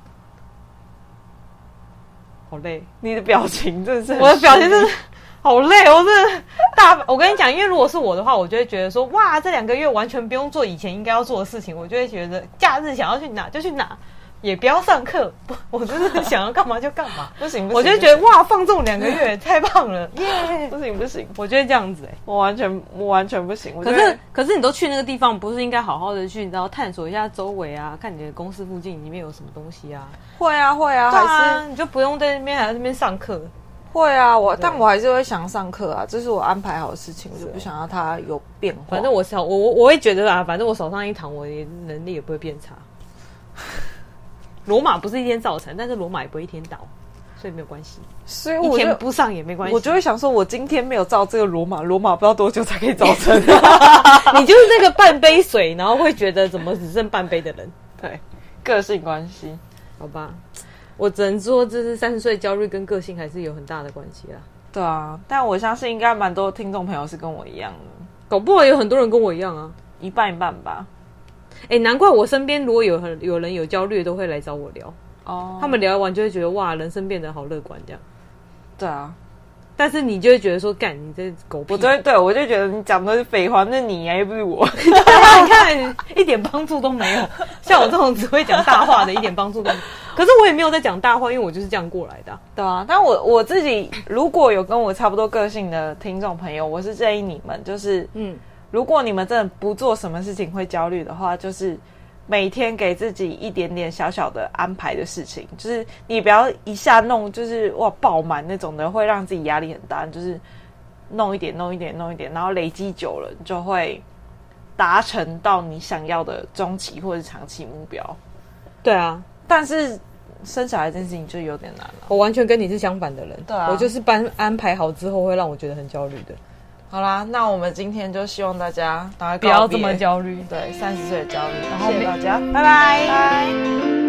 好累， 你的表情真的是， 我的表情真的好累，我真的我跟你讲，因为如果是我的话，我就会觉得说，哇，这2个月完全不用做以前应该要做的事情，我就会觉得假日想要去哪就去哪，也不要上课，我就是想要干嘛就干嘛。 不行， 我就觉得哇，放纵2个月太棒了，耶！ 不行， 我觉得这样子我完全不行。 可是你都去那个地方，不是应该好好的去，你知道探索一下周围啊，看你的公司附近里面有什么东西啊？ 会啊， 还是你就不用在那边还在那边上课。 会啊，但我还是会想上课啊，这是我安排好的事情，我就不想要它有变化。 反正我会觉得反正我手上一堂，我的能力也不会变差。罗马不是一天造成，但是罗马也不会一天倒，所以没有关系。 所以一天不上也没关系。 我就会想说，我今天没有造这个罗马不知道多久才可以造成。 你就是那个半杯水，然后会觉得怎么只剩半杯的人。 对，个性关系， 好吧。我只能说，这是30岁焦虑跟个性还是有很大的关系啦。 对啊，但我相信应该蛮多听众朋友是跟我一样的， 搞不好有很多人跟我一样啊， 一半一半吧。 难怪我身边如果有人有焦虑，都会来找我聊。他们聊完就会觉得哇，人生变得好乐观这样。 对啊， 但是你就会觉得说，干你这狗屁！ 我就觉得你讲的是废话，那你又不是我。 你看一点帮助都没有。像我这种只会讲大话的，一点帮助都没有。可是我也没有在讲大话，因为我就是这样过来的。 对啊，但我自己如果有跟我差不多个性的听众朋友，我是建议你们就是如果你们真的不做什么事情会焦虑的话，就是每天给自己一点点小小的安排的事情，就是你不要一下弄就是爆满那种的，会让自己压力很大，就是弄一点，然后累积久了，你就会达成到你想要的中期或者长期目标。 对啊， 但是生小孩这件事情就有点难了。 我完全跟你是相反的人。 对啊， 我就是安排好之后会让我觉得很焦虑的。 好啦，那我们今天就希望大家不要这么焦虑。 对，30岁的焦虑。然后谢谢大家， 拜拜。